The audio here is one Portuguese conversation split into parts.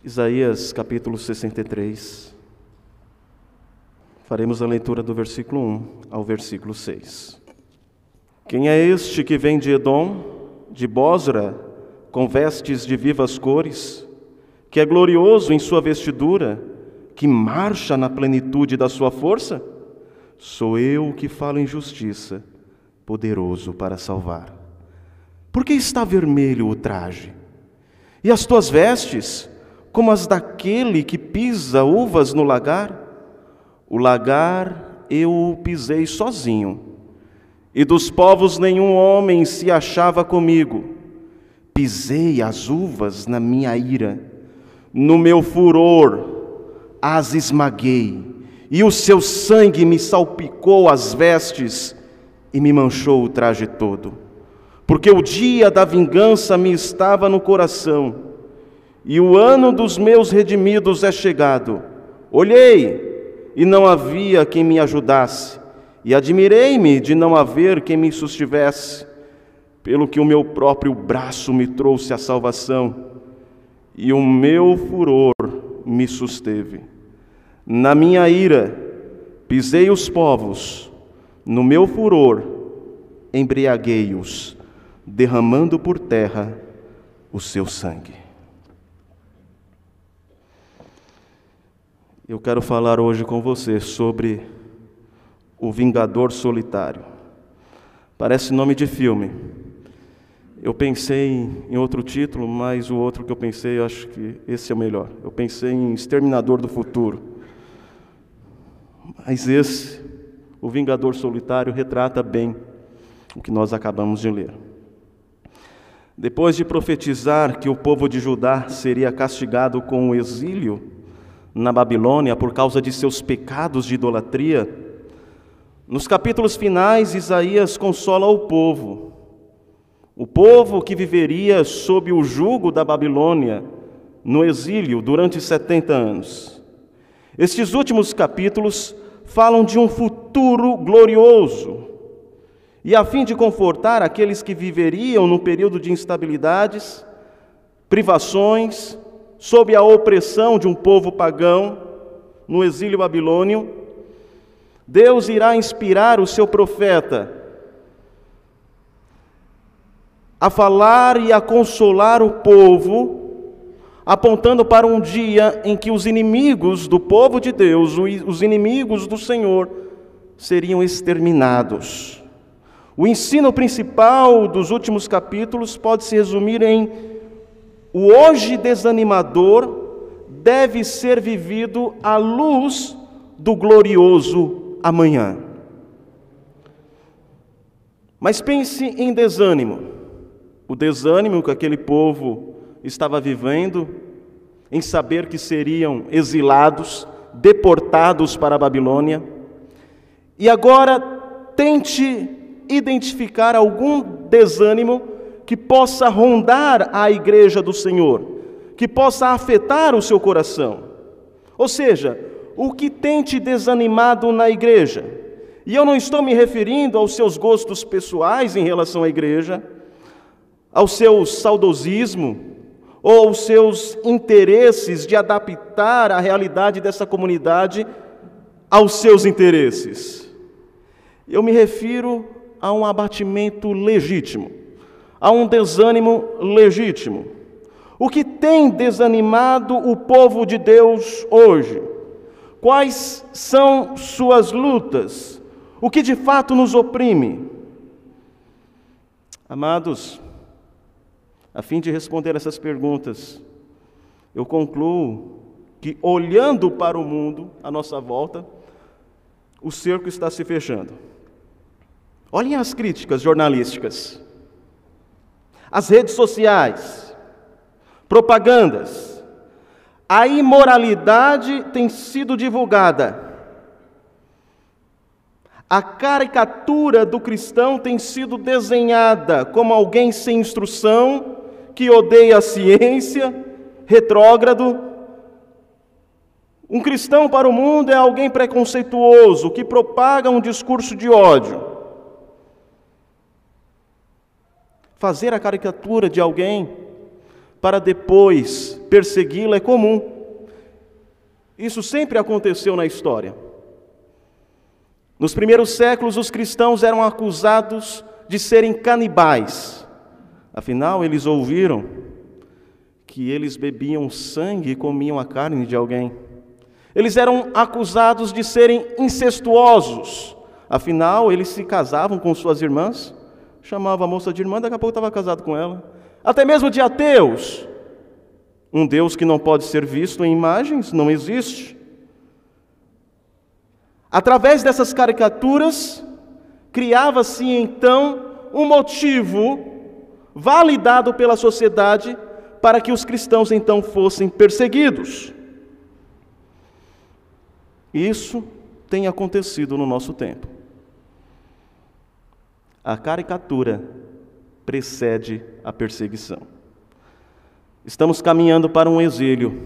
Isaías capítulo 63. Faremos a leitura do versículo 1 ao versículo 6. Quem é este que vem de Edom, de Bosra, com vestes de vivas cores, que é glorioso em sua vestidura, que marcha na plenitude da sua força? Sou eu que falo em justiça, poderoso para salvar. Por que está vermelho o traje? E as tuas vestes, como as daquele que pisa uvas no lagar? O lagar eu o pisei sozinho, e dos povos nenhum homem se achava comigo. Pisei as uvas na minha ira, no meu furor as esmaguei, e o seu sangue me salpicou as vestes e me manchou o traje todo. Porque o dia da vingança me estava no coração, e o ano dos meus redimidos é chegado. Olhei, e não havia quem me ajudasse, e admirei-me de não haver quem me sustivesse, pelo que o meu próprio braço me trouxe a salvação, e o meu furor me susteve. Na minha ira pisei os povos, no meu furor embriaguei-os, derramando por terra o seu sangue. Eu quero falar hoje com você sobre o Vingador Solitário. Parece nome de filme. Eu pensei em outro título, mas o outro que eu pensei, eu acho que esse é o melhor. Eu pensei em Exterminador do Futuro. Mas esse, o Vingador Solitário, retrata bem o que nós acabamos de ler. Depois de profetizar que o povo de Judá seria castigado com o exílio na Babilônia por causa de seus pecados de idolatria, nos capítulos finais, Isaías consola o povo que viveria sob o jugo da Babilônia no exílio durante 70 anos. Estes últimos capítulos falam de um futuro glorioso, e a fim de confortar aqueles que viveriam num período de instabilidades, privações, sob a opressão de um povo pagão no exílio babilônio, Deus irá inspirar o seu profeta a falar e a consolar o povo, apontando para um dia em que os inimigos do povo de Deus, os inimigos do Senhor, seriam exterminados. O ensino principal dos últimos capítulos pode se resumir em: o hoje desanimador deve ser vivido à luz do glorioso amanhã. Mas pense em desânimo. O desânimo que aquele povo estava vivendo em saber que seriam exilados, deportados para a Babilônia. E agora tente identificar algum desânimo que possa rondar a igreja do Senhor, que possa afetar o seu coração. Ou seja, o que tem te desanimado na igreja? E eu não estou me referindo aos seus gostos pessoais em relação à igreja, ao seu saudosismo, ou aos seus interesses de adaptar a realidade dessa comunidade aos seus interesses. Eu me refiro a um abatimento legítimo, a um desânimo legítimo. O que tem desanimado o povo de Deus hoje? Quais são suas lutas? O que de fato nos oprime? Amados, a fim de responder essas perguntas, eu concluo que, olhando para o mundo à nossa volta, o cerco está se fechando. Olhem as críticas jornalísticas, as redes sociais, propagandas. A imoralidade tem sido divulgada. A caricatura do cristão tem sido desenhada como alguém sem instrução, que odeia a ciência, retrógrado. Um cristão para o mundo é alguém preconceituoso, que propaga um discurso de ódio. Fazer a caricatura de alguém para depois persegui-la é comum. Isso sempre aconteceu na história. Nos primeiros séculos, os cristãos eram acusados de serem canibais. Afinal, eles ouviram que eles bebiam sangue e comiam a carne de alguém. Eles eram acusados de serem incestuosos. Afinal, eles se casavam com suas irmãs, chamava a moça de irmã, daqui a pouco estava casado com ela. Até mesmo de ateus. Um Deus que não pode ser visto em imagens, não existe. Através dessas caricaturas, criava-se então um motivo validado pela sociedade para que os cristãos então fossem perseguidos. Isso tem acontecido no nosso tempo. A caricatura precede a perseguição. Estamos caminhando para um exílio,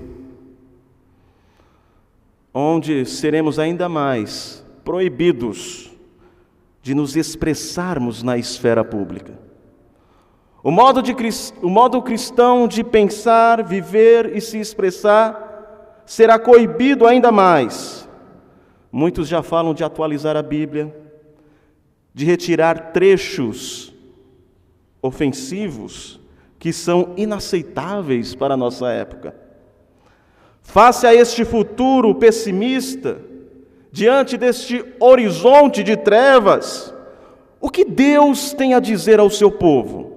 onde seremos ainda mais proibidos de nos expressarmos na esfera pública. O modo cristão de pensar, viver e se expressar será coibido ainda mais. Muitos já falam de atualizar a Bíblia, de retirar trechos ofensivos que são inaceitáveis para a nossa época. Face a este futuro pessimista, diante deste horizonte de trevas, o que Deus tem a dizer ao seu povo?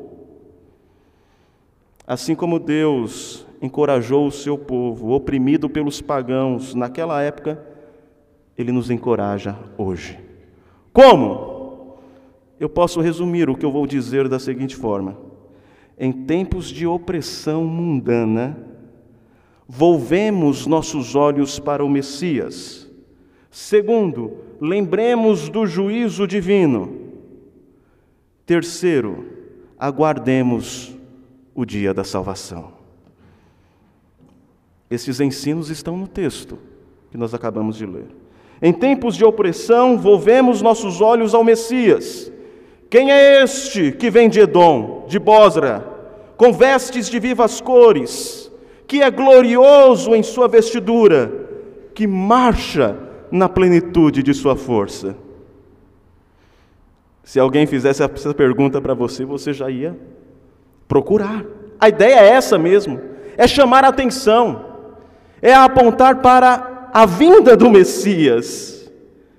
Assim como Deus encorajou o seu povo, oprimido pelos pagãos naquela época, Ele nos encoraja hoje. Como? Eu posso resumir o que eu vou dizer da seguinte forma: em tempos de opressão mundana, volvemos nossos olhos para o Messias. Segundo, lembremos do juízo divino. Terceiro, aguardemos o dia da salvação. Esses ensinos estão no texto que nós acabamos de ler. Em tempos de opressão, volvemos nossos olhos ao Messias. Quem é este que vem de Edom, de Bosra, com vestes de vivas cores, que é glorioso em sua vestidura, que marcha na plenitude de sua força? Se alguém fizesse essa pergunta para você, você já ia procurar. A ideia é essa mesmo, é chamar a atenção, é apontar para a vinda do Messias,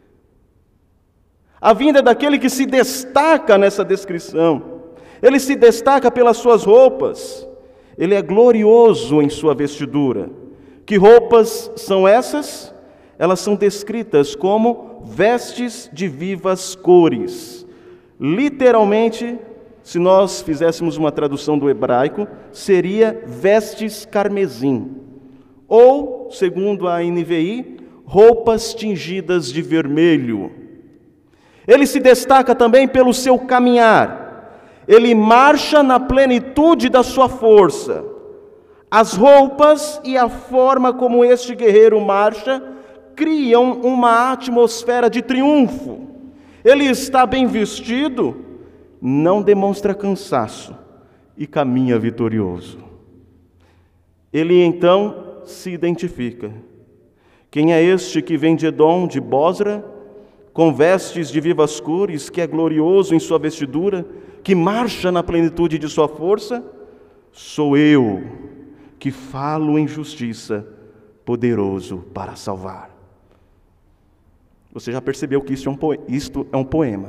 a vinda daquele que se destaca nessa descrição. Ele se destaca pelas suas roupas, ele é glorioso em sua vestidura. Que roupas são essas? Elas são descritas como vestes de vivas cores. Literalmente, se nós fizéssemos uma tradução do hebraico, seria vestes carmesim. Ou, segundo a NVI, roupas tingidas de vermelho. Ele se destaca também pelo seu caminhar. Ele marcha na plenitude da sua força. As roupas e a forma como este guerreiro marcha criam uma atmosfera de triunfo. Ele está bem vestido, não demonstra cansaço e caminha vitorioso. Ele então se identifica. Quem é este que vem de Edom, de Bosra, com vestes de vivas cores, que é glorioso em sua vestidura, que marcha na plenitude de sua força? Sou eu, que falo em justiça, poderoso para salvar. Você já percebeu que isto é um poema.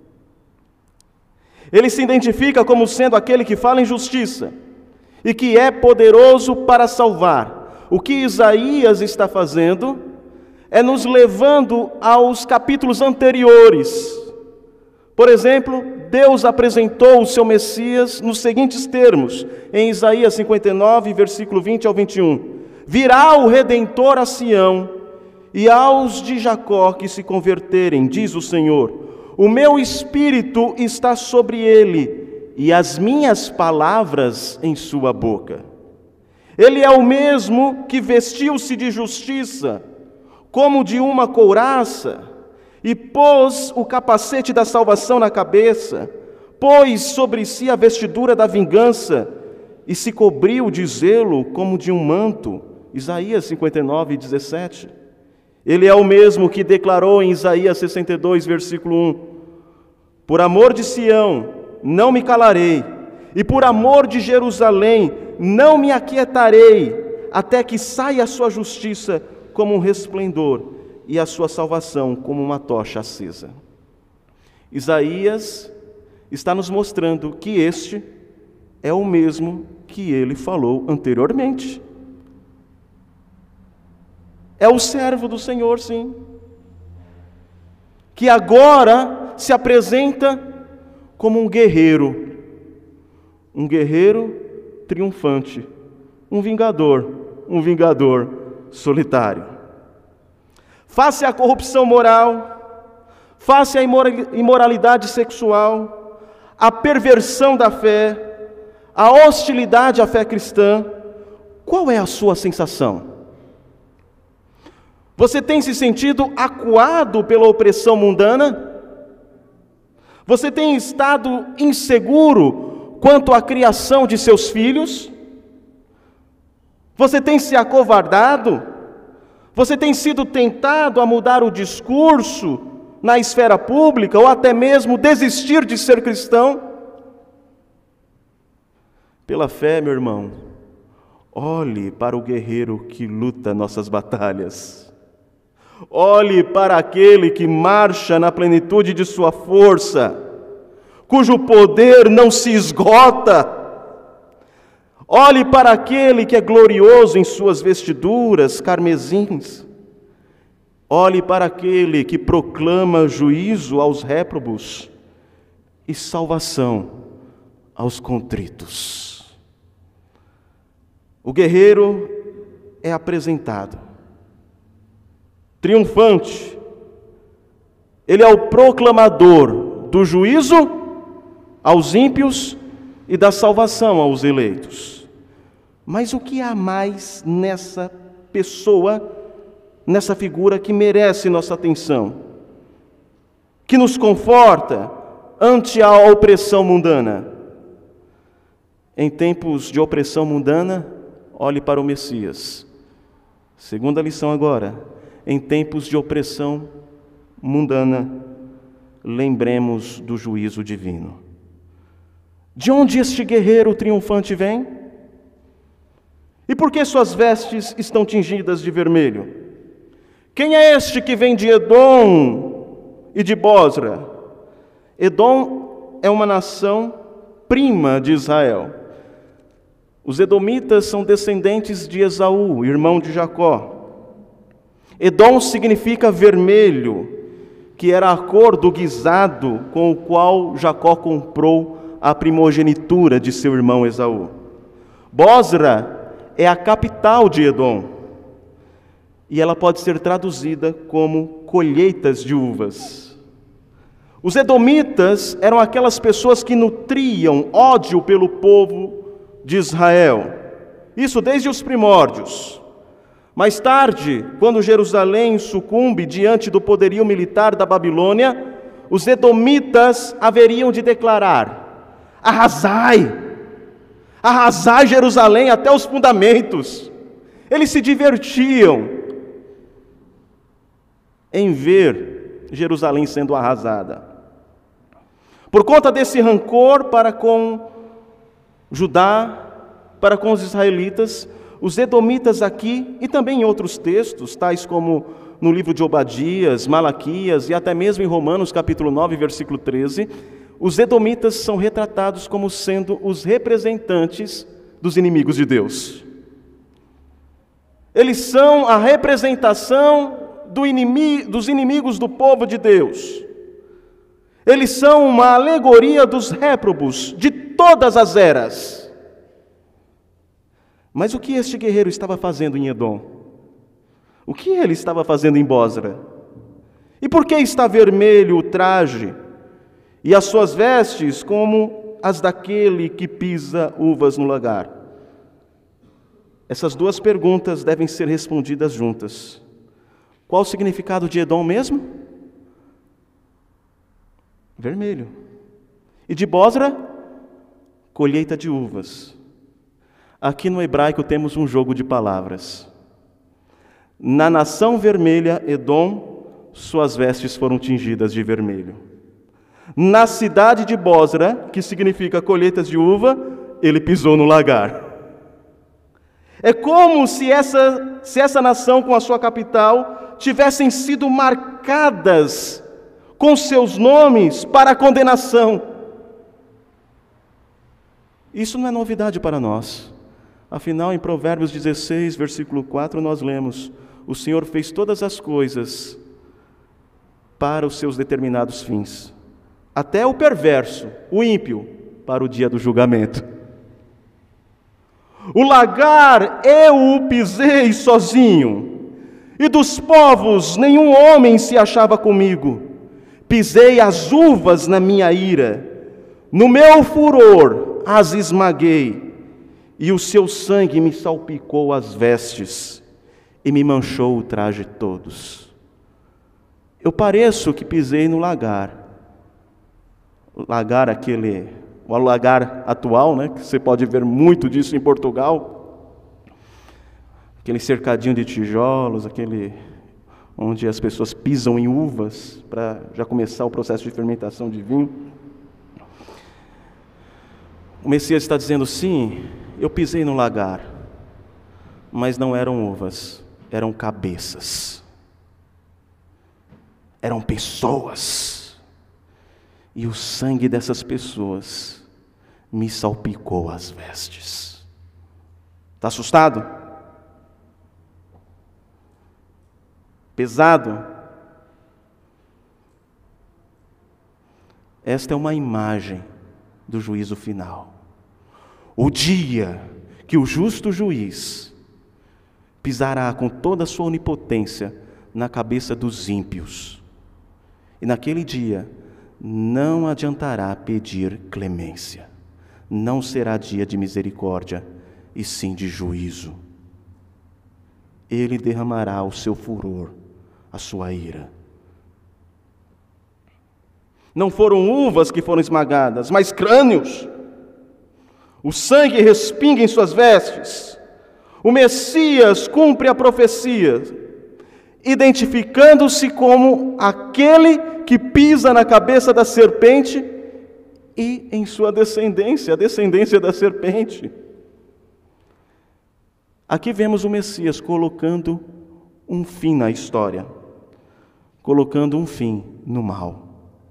Ele se identifica como sendo aquele que fala em justiça e que é poderoso para salvar. O que Isaías está fazendo é nos levando aos capítulos anteriores. Por exemplo, Deus apresentou o seu Messias nos seguintes termos, em Isaías 59, versículo 20 ao 21. Virá o Redentor a Sião, e aos de Jacó que se converterem, diz o Senhor, o meu espírito está sobre ele, e as minhas palavras em sua boca. Ele é o mesmo que vestiu-se de justiça, como de uma couraça, e pôs o capacete da salvação na cabeça, pôs sobre si a vestidura da vingança, e se cobriu de zelo como de um manto. Isaías 59, 17. Ele é o mesmo que declarou em Isaías 62, versículo 1: por amor de Sião, não me calarei, e por amor de Jerusalém, não me aquietarei, até que saia a sua justiça como um resplendor, e a sua salvação como uma tocha acesa. Isaías está nos mostrando que este é o mesmo que ele falou anteriormente. É o servo do Senhor, sim, que agora se apresenta como um guerreiro triunfante, um vingador solitário. Face à corrupção moral, face à imoralidade sexual, à perversão da fé, à hostilidade à fé cristã, qual é a sua sensação? Você tem se sentido acuado pela opressão mundana? Você tem estado inseguro quanto à criação de seus filhos? Você tem se acovardado? Você tem sido tentado a mudar o discurso na esfera pública ou até mesmo desistir de ser cristão? Pela fé, meu irmão, olhe para o guerreiro que luta nossas batalhas. Olhe para aquele que marcha na plenitude de sua força, cujo poder não se esgota. Olhe para aquele que é glorioso em suas vestiduras carmesins. Olhe para aquele que proclama juízo aos réprobos e salvação aos contritos. O guerreiro é apresentado triunfante. Ele é o proclamador do juízo aos ímpios e da salvação aos eleitos. Mas o que há mais nessa pessoa, nessa figura que merece nossa atenção, que nos conforta ante a opressão mundana? Em tempos de opressão mundana, olhe para o Messias. Segunda lição agora: em tempos de opressão mundana, lembremos do juízo divino. De onde este guerreiro triunfante vem? E por que suas vestes estão tingidas de vermelho? Quem é este que vem de Edom e de Bosra? Edom é uma nação prima de Israel. Os edomitas são descendentes de Esaú, irmão de Jacó. Edom significa vermelho, que era a cor do guisado com o qual Jacó comprou a primogenitura de seu irmão Esaú. Bosra é a capital de Edom, e ela pode ser traduzida como colheitas de uvas. Os edomitas eram aquelas pessoas que nutriam ódio pelo povo de Israel, isso desde os primórdios. Mais tarde, quando Jerusalém sucumbe diante do poderio militar da Babilônia, os edomitas haveriam de declarar: arrasai Jerusalém até os fundamentos. Eles se divertiam em ver Jerusalém sendo arrasada. Por conta desse rancor para com Judá, para com os israelitas, os edomitas aqui, e também em outros textos, tais como no livro de Obadias, Malaquias e até mesmo em Romanos capítulo 9, versículo 13, os edomitas são retratados como sendo os representantes dos inimigos de Deus. Eles são a representação dos inimigos do povo de Deus. Eles são uma alegoria dos réprobos de todas as eras. Mas o que este guerreiro estava fazendo em Edom? O que ele estava fazendo em Bosra? E por que está vermelho o traje e as suas vestes como as daquele que pisa uvas no lagar? Essas duas perguntas devem ser respondidas juntas. Qual o significado de Edom mesmo? Vermelho. E de Bosra? Colheita de uvas. Aqui no hebraico temos um jogo de palavras. Na nação vermelha, Edom, suas vestes foram tingidas de vermelho. Na cidade de Bósra, que significa colheitas de uva, ele pisou no lagar. É como se essa nação com a sua capital tivessem sido marcadas com seus nomes para a condenação. Isso não é novidade para nós. Afinal, em Provérbios 16, versículo 4, nós lemos: o Senhor fez todas as coisas para os seus determinados fins, até o perverso, o ímpio, para o dia do julgamento. O lagar eu o pisei sozinho, e dos povos nenhum homem se achava comigo. Pisei as uvas na minha ira, no meu furor as esmaguei, e o seu sangue me salpicou as vestes e me manchou o traje todos. Eu pareço que pisei no lagar. O lagar o lagar atual, né, que você pode ver muito disso em Portugal. Aquele cercadinho de tijolos, onde as pessoas pisam em uvas para já começar o processo de fermentação de vinho. O Messias está dizendo: sim, eu pisei no lagar, mas não eram uvas, eram cabeças, eram pessoas, e o sangue dessas pessoas me salpicou as vestes. Está assustado? Pesado? Esta é uma imagem do juízo final. O dia que o justo juiz pisará com toda a sua onipotência na cabeça dos ímpios. E naquele dia não adiantará pedir clemência. Não será dia de misericórdia, e sim de juízo. Ele derramará o seu furor, a sua ira. Não foram uvas que foram esmagadas, mas crânios. O sangue respinga em suas vestes. O Messias cumpre a profecia, identificando-se como aquele que pisa na cabeça da serpente e em sua descendência, a descendência da serpente. Aqui vemos o Messias colocando um fim na história, colocando um fim no mal.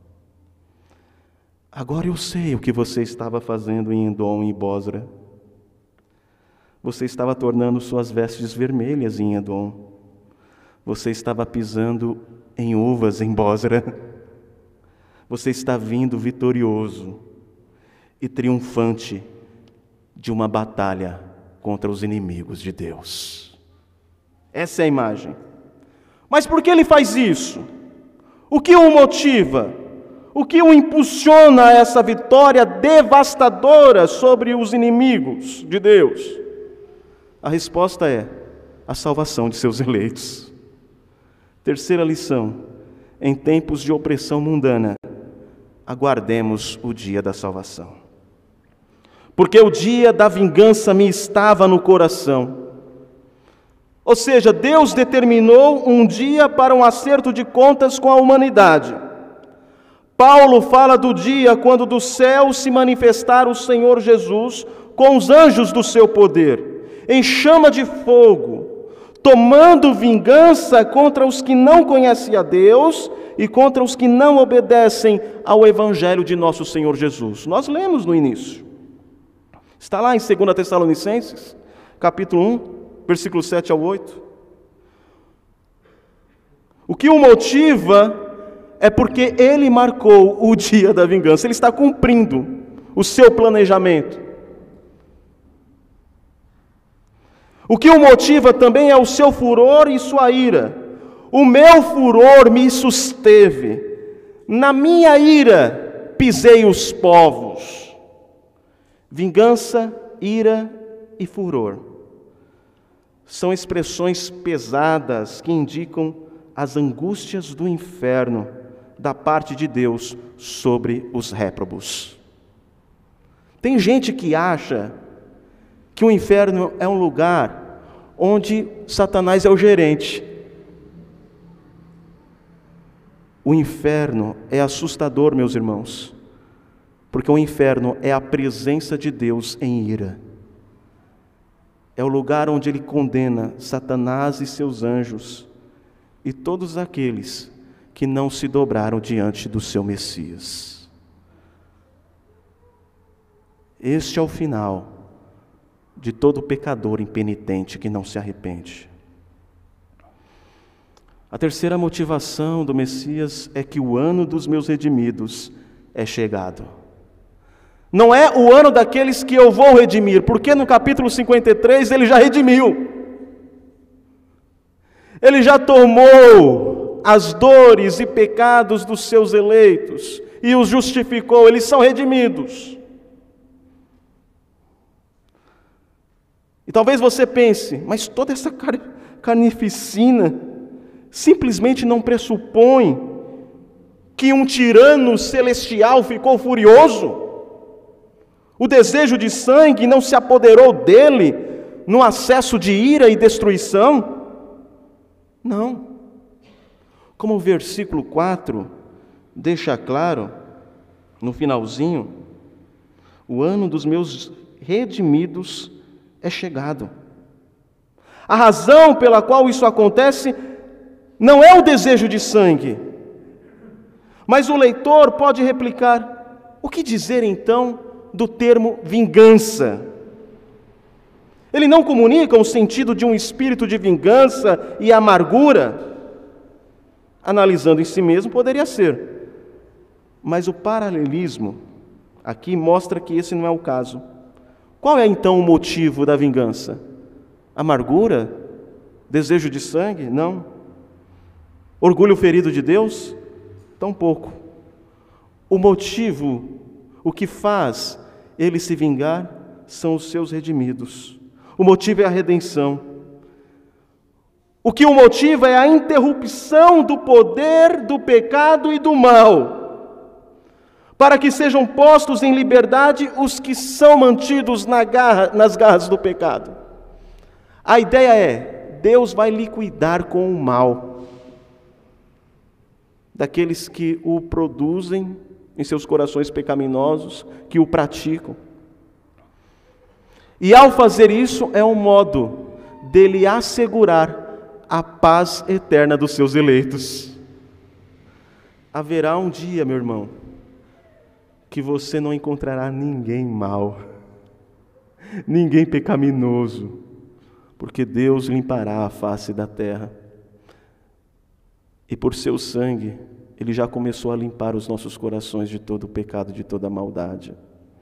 Agora eu sei o que você estava fazendo em Edom e Bósra. Você estava tornando suas vestes vermelhas em Edom. Você estava pisando em uvas em Bósra. Você está vindo vitorioso e triunfante de uma batalha contra os inimigos de Deus. Essa é a imagem. Mas por que ele faz isso? O que o motiva? O que o impulsiona a essa vitória devastadora sobre os inimigos de Deus? A resposta é a salvação de seus eleitos. Terceira lição: em tempos de opressão mundana, aguardemos o dia da salvação. Porque o dia da vingança me estava no coração. Ou seja, Deus determinou um dia para um acerto de contas com a humanidade. Paulo fala do dia quando do céu se manifestar o Senhor Jesus com os anjos do seu poder, em chama de fogo, tomando vingança contra os que não conhecem a Deus e contra os que não obedecem ao Evangelho de nosso Senhor Jesus. Nós lemos no início. Está lá em 2 Tessalonicenses, capítulo 1, versículo 7 ao 8. O que o motiva é porque ele marcou o dia da vingança. Ele está cumprindo o seu planejamento. O que o motiva também é o seu furor e sua ira. O meu furor me susteve. Na minha ira pisei os povos. Vingança, ira e furor são expressões pesadas que indicam as angústias do inferno da parte de Deus sobre os réprobos. Tem gente que acha que o inferno é um lugar onde Satanás é o gerente. O inferno é assustador, meus irmãos, porque o inferno é a presença de Deus em ira. É o lugar onde ele condena Satanás e seus anjos e todos aqueles que não se dobraram diante do seu Messias. Este é o final de todo pecador impenitente que não se arrepende. A terceira motivação do Messias é que o ano dos meus redimidos é chegado. Não é o ano daqueles que eu vou redimir, porque no capítulo 53 ele já redimiu. Ele já tomou as dores e pecados dos seus eleitos e os justificou, eles são redimidos. E talvez você pense, mas toda essa carnificina simplesmente não pressupõe que um tirano celestial ficou furioso? O desejo de sangue não se apoderou dele no acesso de ira e destruição? Não. Como o versículo 4 deixa claro, no finalzinho, o ano dos meus redimidos é chegado. A razão pela qual isso acontece não é o desejo de sangue. Mas o leitor pode replicar: o que dizer então do termo vingança? Ele não comunica o sentido de um espírito de vingança e amargura? Analisando em si mesmo, poderia ser. Mas o paralelismo aqui mostra que esse não é o caso. Qual é então o motivo da vingança? Amargura? Desejo de sangue? Não. Orgulho ferido de Deus? Tampouco. O motivo, o que faz ele se vingar, são os seus redimidos. O motivo é a redenção. O que o motiva é a interrupção do poder do pecado e do mal, para que sejam postos em liberdade os que são mantidos nas garras do pecado. A ideia é: Deus vai liquidar com o mal daqueles que o produzem em seus corações pecaminosos, que o praticam. E ao fazer isso, é um modo dele assegurar a paz eterna dos seus eleitos. Haverá um dia, meu irmão, que você não encontrará ninguém mau, ninguém pecaminoso, porque Deus limpará a face da terra. E por seu sangue, Ele já começou a limpar os nossos corações de todo o pecado, de toda a maldade.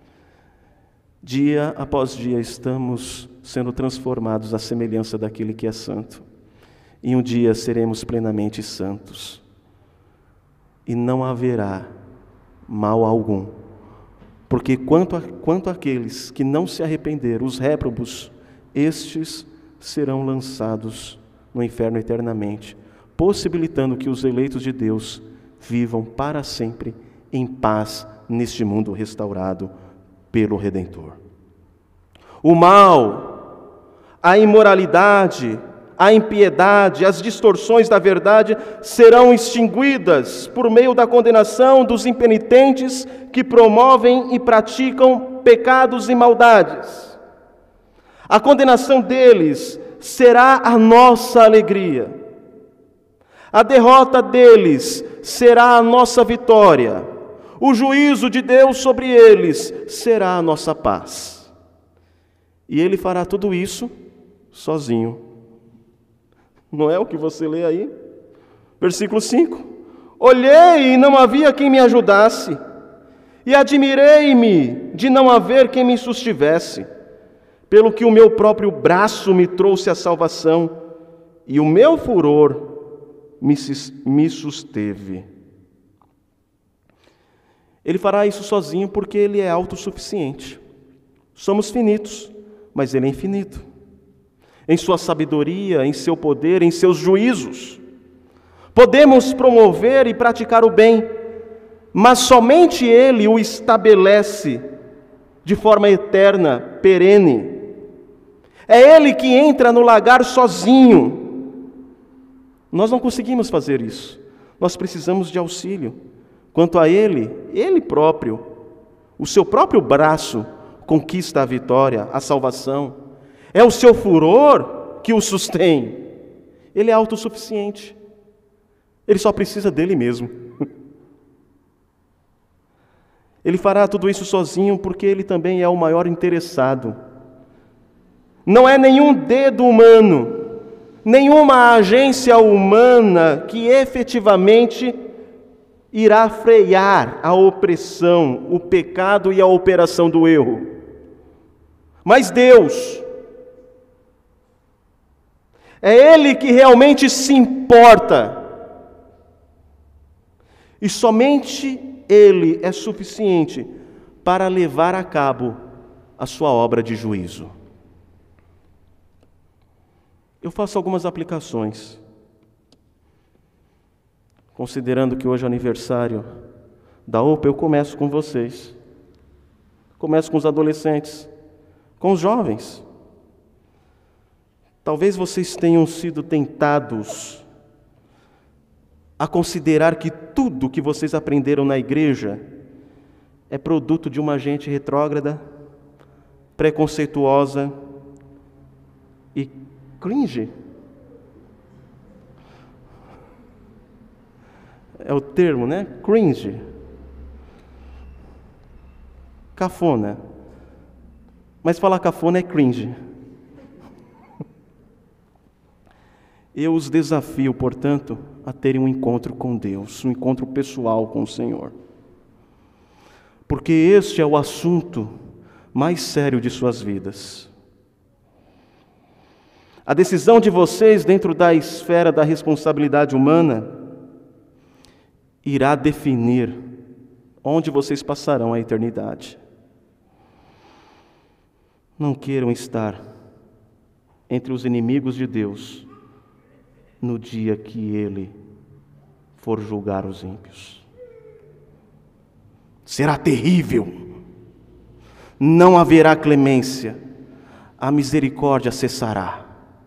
Dia após dia estamos sendo transformados à semelhança daquele que é santo. E um dia seremos plenamente santos. E não haverá mal algum. Porque quanto àqueles que não se arrependeram, os réprobos, estes serão lançados no inferno eternamente, possibilitando que os eleitos de Deus vivam para sempre em paz neste mundo restaurado pelo Redentor. O mal, a imoralidade, a impiedade, as distorções da verdade serão extinguidas por meio da condenação dos impenitentes que promovem e praticam pecados e maldades. A condenação deles será a nossa alegria. A derrota deles será a nossa vitória. O juízo de Deus sobre eles será a nossa paz. E Ele fará tudo isso sozinho. Não é o que você lê aí? Versículo 5. Olhei e não havia quem me ajudasse, e admirei-me de não haver quem me sustivesse, pelo que o meu próprio braço me trouxe a salvação, e o meu furor me susteve. Ele fará isso sozinho porque Ele é autossuficiente. Somos finitos, mas Ele é infinito. Em sua sabedoria, em seu poder, em seus juízos. Podemos promover e praticar o bem, mas somente Ele o estabelece de forma eterna, perene. É Ele que entra no lagar sozinho. Nós não conseguimos fazer isso. Nós precisamos de auxílio. Quanto a Ele, Ele próprio, o seu próprio braço conquista a vitória, a salvação. É o seu furor que o sustém. Ele é autossuficiente. Ele só precisa dele mesmo. Ele fará tudo isso sozinho porque Ele também é o maior interessado. Não é nenhum dedo humano, nenhuma agência humana que efetivamente irá frear a opressão, o pecado e a operação do erro. Mas Deus, é Ele que realmente se importa. E somente Ele é suficiente para levar a cabo a sua obra de juízo. Eu faço algumas aplicações. Considerando que hoje é aniversário da OPA, eu começo com vocês. Começo com os adolescentes, com os jovens. Talvez vocês tenham sido tentados a considerar que tudo que vocês aprenderam na igreja é produto de uma gente retrógrada, preconceituosa e cringe. É o termo, né? Cringe. Cafona. Mas falar cafona é cringe. Eu os desafio, portanto, a terem um encontro com Deus, um encontro pessoal com o Senhor. Porque este é o assunto mais sério de suas vidas. A decisão de vocês dentro da esfera da responsabilidade humana irá definir onde vocês passarão a eternidade. Não queiram estar entre os inimigos de Deus no dia que Ele for julgar os ímpios. Será terrível. Não haverá clemência. A misericórdia cessará.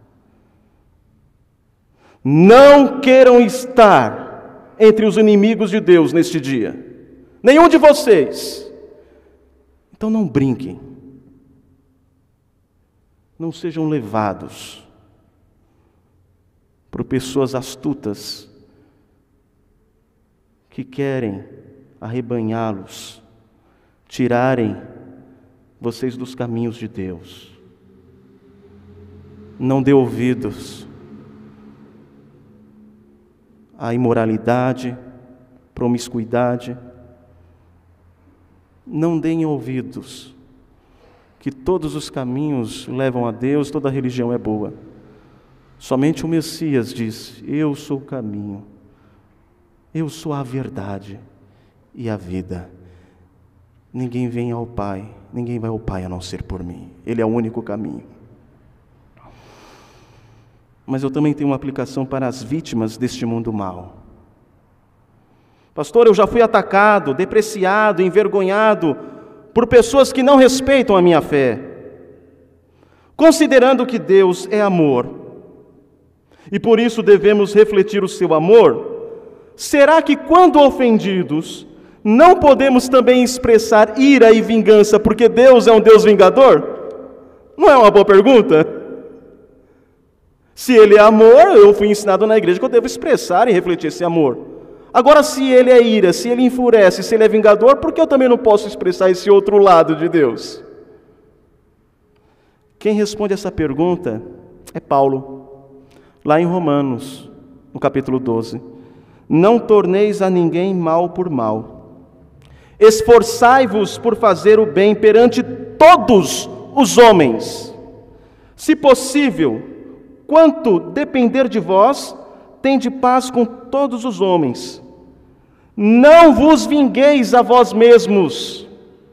Não queiram estar entre os inimigos de Deus neste dia. Nenhum de vocês. Então não brinquem. Não sejam levados por pessoas astutas que querem arrebanhá-los, tirarem vocês dos caminhos de Deus. Não dê ouvidos à imoralidade, promiscuidade. Não deem ouvidos que todos os caminhos levam a Deus, toda religião é boa. Somente o Messias diz: eu sou o caminho, eu sou a verdade e a vida. Ninguém vem ao Pai, ninguém vai ao Pai a não ser por mim. Ele é o único caminho. Mas eu também tenho uma aplicação para as vítimas deste mundo mau. Pastor, eu já fui atacado, depreciado, envergonhado por pessoas que não respeitam a minha fé. Considerando que Deus é amor, e por isso devemos refletir o seu amor, será que quando ofendidos, não podemos também expressar ira e vingança, porque Deus é um Deus vingador? Não é uma boa pergunta? Se Ele é amor, eu fui ensinado na igreja que eu devo expressar e refletir esse amor. Agora, se Ele é ira, se Ele enfurece, se Ele é vingador, por que eu também não posso expressar esse outro lado de Deus? Quem responde essa pergunta é Paulo. Lá em Romanos, no capítulo 12. Não torneis a ninguém mal por mal. Esforçai-vos por fazer o bem perante todos os homens. Se possível, quanto depender de vós, tende paz com todos os homens. Não vos vingueis a vós mesmos,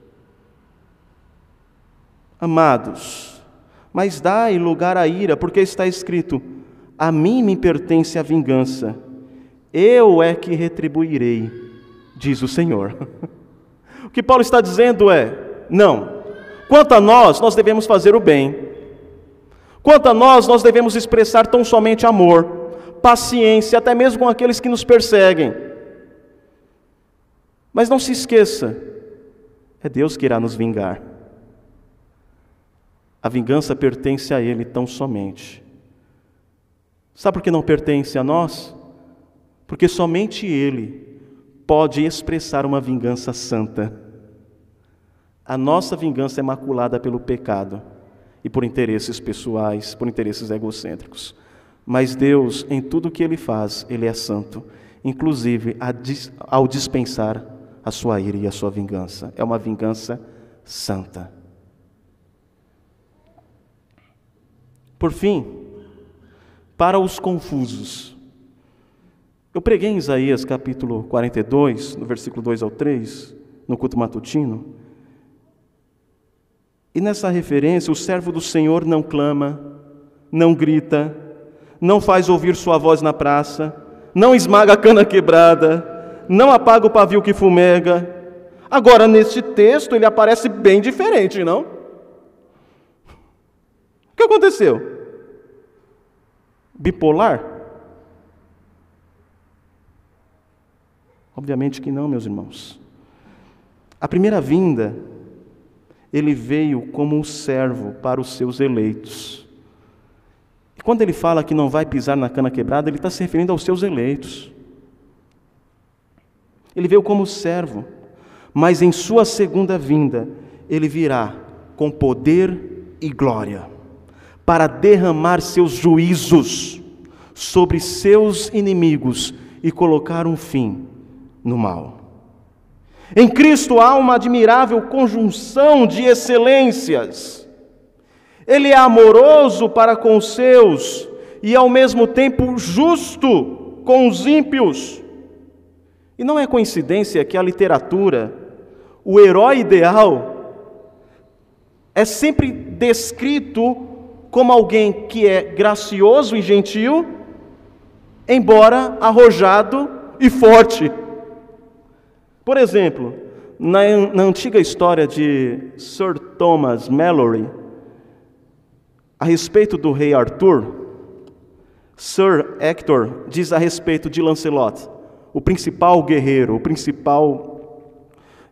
amados, mas dai lugar à ira, porque está escrito: a mim me pertence a vingança, eu é que retribuirei, diz o Senhor. O que Paulo está dizendo é: não, quanto a nós devemos fazer o bem. Quanto a nós devemos expressar tão somente amor, paciência, até mesmo com aqueles que nos perseguem. Mas não se esqueça, é Deus que irá nos vingar. A vingança pertence a Ele tão somente. Sabe por que não pertence a nós? Porque somente Ele pode expressar uma vingança santa. A nossa vingança é maculada pelo pecado e por interesses pessoais, por interesses egocêntricos. Mas Deus, em tudo o que Ele faz, Ele é santo, inclusive ao dispensar a sua ira e a sua vingança. É uma vingança santa. Por fim, para os confusos, eu preguei em Isaías capítulo 42, no versículo 2 ao 3, no culto matutino, e nessa referência, o servo do Senhor não clama, não grita, não faz ouvir sua voz na praça, não esmaga a cana quebrada, não apaga o pavio que fumega. Agora, neste texto, ele aparece bem diferente, não? O que aconteceu? Bipolar? Obviamente que não, meus irmãos. A primeira vinda, ele veio como um servo para os seus eleitos. E quando ele fala que não vai pisar na cana quebrada, ele está se referindo aos seus eleitos. Ele veio como servo, mas em sua segunda vinda, ele virá com poder e glória, para derramar seus juízos sobre seus inimigos e colocar um fim no mal. Em Cristo há uma admirável conjunção de excelências. Ele é amoroso para com os seus e ao mesmo tempo justo com os ímpios. E não é coincidência que a literatura, o herói ideal, é sempre descrito como alguém que é gracioso e gentil, embora arrojado e forte. Por exemplo, na antiga história de Sir Thomas Malory, a respeito do rei Arthur, Sir Hector diz a respeito de Lancelot, o principal guerreiro, o principal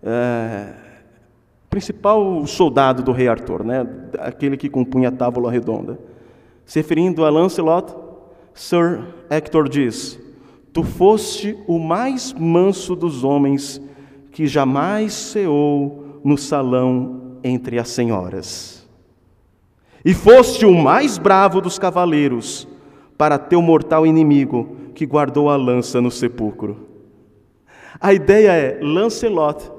soldado do rei Arthur, né? Aquele que compunha a tábua redonda. Se referindo a Lancelot, Sir Hector diz: tu foste o mais manso dos homens que jamais ceou no salão entre as senhoras. E foste o mais bravo dos cavaleiros para teu mortal inimigo que guardou a lança no sepulcro. A ideia é, Lancelot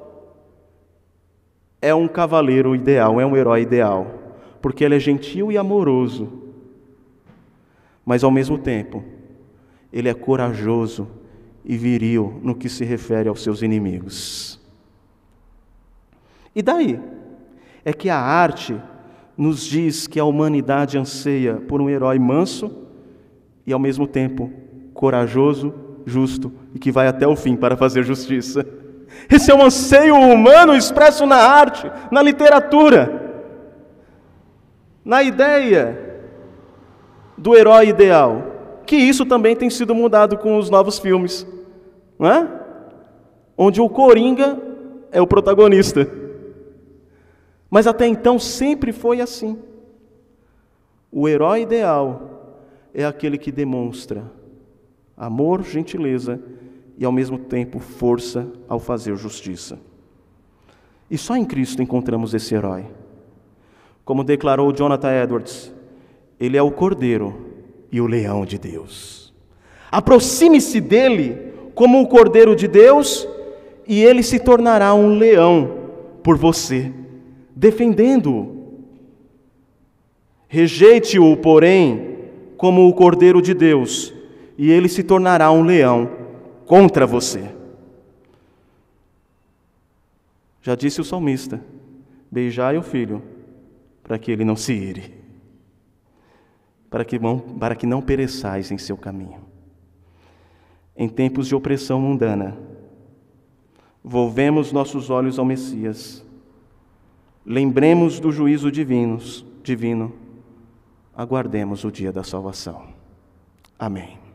é um cavaleiro ideal, é um herói ideal, porque ele é gentil e amoroso, mas ao mesmo tempo, ele é corajoso e viril no que se refere aos seus inimigos. E daí? É que a arte nos diz que a humanidade anseia por um herói manso e ao mesmo tempo corajoso, justo e que vai até o fim para fazer justiça. Esse é um anseio humano expresso na arte, na literatura, na ideia do herói ideal, que isso também tem sido mudado com os novos filmes, não é? Onde o Coringa é o protagonista. Mas até então sempre foi assim. O herói ideal é aquele que demonstra amor, gentileza e ao mesmo tempo força ao fazer justiça. E só em Cristo encontramos esse herói. Como declarou Jonathan Edwards, ele é o Cordeiro e o Leão de Deus. Aproxime-se dele como o Cordeiro de Deus e ele se tornará um leão por você, defendendo-o. Rejeite-o, porém, como o Cordeiro de Deus e ele se tornará um leão contra você. Já disse o salmista: beijai o filho, para que ele não se ire, para que não pereçais em seu caminho. Em tempos de opressão mundana, volvemos nossos olhos ao Messias, lembremos do juízo divino, aguardemos o dia da salvação. Amém.